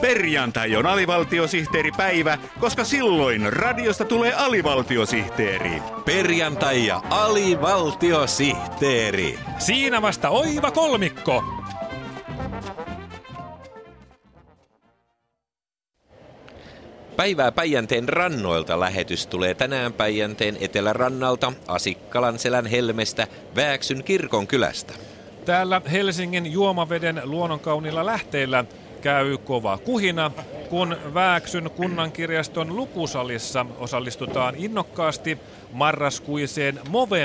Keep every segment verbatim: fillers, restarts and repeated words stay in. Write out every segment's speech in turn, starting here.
Perjantai on alivaltiosihteeripäivä, koska silloin radiosta tulee alivaltiosihteeri. Perjantai ja alivaltiosihteeri. Siinä vasta oiva kolmikko. Päivää Päijänteen rannoilta lähetys tulee tänään Päijänteen etelärannalta Asikkalanselän helmestä Vääksyn kirkonkylästä. Täällä Helsingin juomaveden luonnonkauniilla lähteillä käy kova kuhina, kun Vääksyn kunnankirjaston lukusalissa osallistutaan innokkaasti marraskuiseen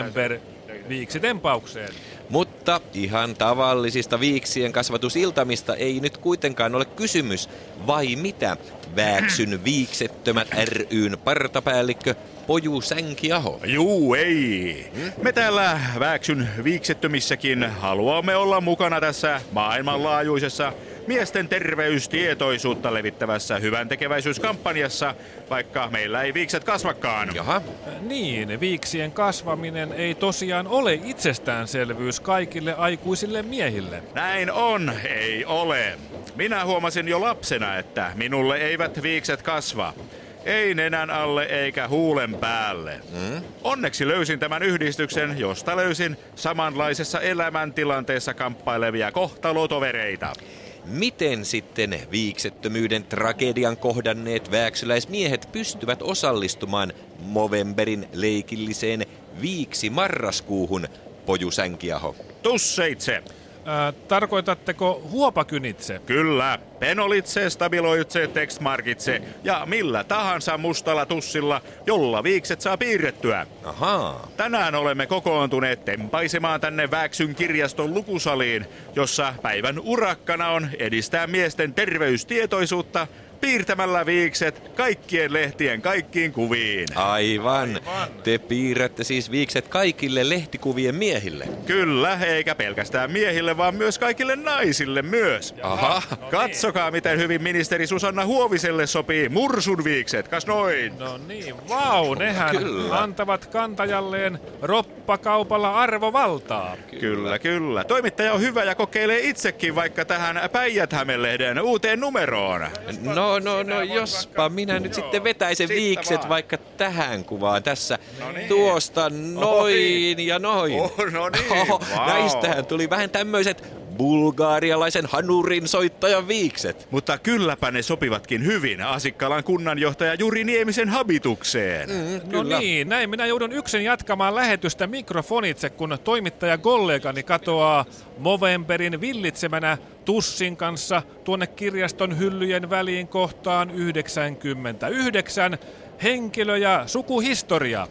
Movember-viiksitempaukseen. Mutta ihan tavallisista viiksien kasvatusiltamista ei nyt kuitenkaan ole kysymys, vai mitä? Vääksyn viiksettömät ry:n partapäällikkö Poju Sänkiaho. Juu, ei. Hmm? Me täällä Vääksyn viiksettömissäkin haluamme olla mukana tässä maailmanlaajuisessa miesten terveystietoisuutta levittävässä hyväntekeväisyyskampanjassa, vaikka meillä ei viikset kasvakaan. Jaha. Niin, viiksien kasvaminen ei tosiaan ole itsestäänselvyys kaikille aikuisille miehille. Näin on, ei ole. Minä huomasin jo lapsena, että minulle eivät viikset kasva. Ei nenän alle eikä huulen päälle. Mm? Onneksi löysin tämän yhdistyksen, josta löysin samanlaisessa elämäntilanteessa kamppailevia kohtalotovereita. Miten sitten viiksettömyyden tragedian kohdanneet vääksyläismiehet pystyvät osallistumaan Movemberin leikilliseen viiksi-marraskuuhun, Poju Sänkiaho? Tusseitse. Ää, tarkoitatteko huopakynitse? Kyllä. Penolitse, stabiloitse, textmarkitse ja millä tahansa mustalla tussilla, jolla viikset saa piirrettyä. Ahaa. Tänään olemme kokoontuneet tempaisemaan tänne Vääksyn kirjaston lukusaliin, jossa päivän urakkana on edistää miesten terveystietoisuutta piirtämällä viikset kaikkien lehtien kaikkiin kuviin. Aivan. Aivan. Te piirrätte siis viikset kaikille lehtikuvien miehille. Kyllä, eikä pelkästään miehille, vaan myös kaikille naisille myös. Aha. No niin. Katsokaa, miten hyvin ministeri Susanna Huoviselle sopii mursun viikset. Kas noin? No niin, vau, nehän kyllä antavat kantajalleen roppakaupalla arvovaltaa. Kyllä. kyllä, kyllä. Toimittaja on hyvä ja kokeilee itsekin vaikka tähän Päijät-Hämeen-lehden uuteen numeroon. No, no, no, jospa minä nyt sitten vetäisen viikset vaikka tähän kuvaan tässä. No niin. Tuosta noin ja noin. Oh, no niin, Oho, wow. Näistähän tuli vähän tämmöiset bulgaarialaisen hanurin soittajan viikset. Mutta kylläpä ne sopivatkin hyvin Asikkalan kunnanjohtaja Juri Niemisen habitukseen. Mm, no niin, näin minä joudun yksin jatkamaan lähetystä mikrofonitse, kun toimittajakollegani katoaa Movemberin villitsemänä tussin kanssa tuonne kirjaston hyllyjen väliin kohtaan yhdeksänkymmentäyhdeksän. Henkilö ja sukuhistoria.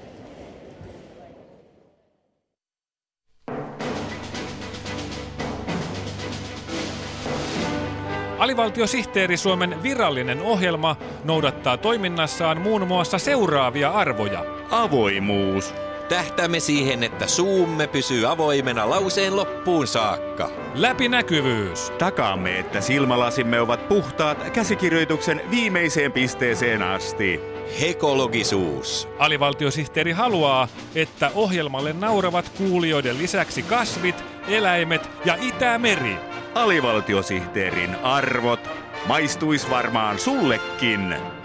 Alivaltiosihteeri Suomen virallinen ohjelma noudattaa toiminnassaan muun muassa seuraavia arvoja. Avoimuus. Tähtäämme siihen, että suumme pysyy avoimena lauseen loppuun saakka. Läpinäkyvyys. Takaamme, että silmälasimme ovat puhtaat käsikirjoituksen viimeiseen pisteeseen asti. Hekologisuus. Alivaltiosihteeri haluaa, että ohjelmalle nauravat kuulijoiden lisäksi kasvit, eläimet ja Itämeri. Alivaltiosihteerin arvot maistuis varmaan sullekin.